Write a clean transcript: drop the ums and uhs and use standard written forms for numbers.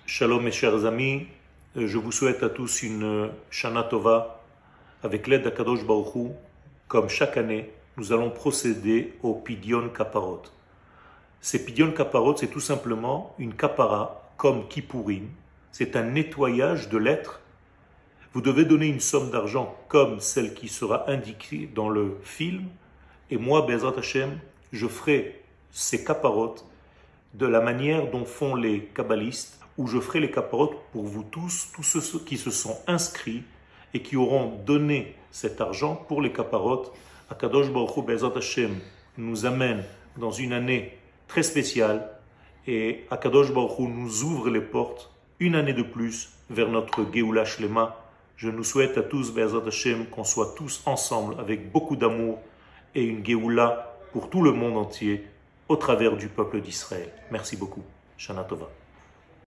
Shalom mes chers amis, je vous souhaite à tous une Shana Tova avec l'aide d'Akadosh Baruch Hu. Comme chaque année, nous allons procéder au Pidyon Kaparot. Ces Pidyon Kaparot, c'est tout simplement une kapara comme Kippourim. C'est un nettoyage de l'être. Vous devez donner une somme d'argent comme celle qui sera indiquée dans le film. Et moi, Be'ezrat Hashem, je ferai ces kaparot de la manière dont font les kabbalistes, où je ferai les kaparot pour vous tous ceux qui se sont inscrits et qui auront donné cet argent pour les kaparot. Akadosh Baruch Hu Be'ezrat Hashem nous amène dans une année très spéciale et Akadosh Baruch Hu nous ouvre les portes une année de plus vers notre Geoula Shlema. Je nous souhaite à tous Be'ezrat Hashem qu'on soit tous ensemble avec beaucoup d'amour et une Geoula pour tout le monde entier au travers du peuple d'Israël. Merci beaucoup. Shana Tova.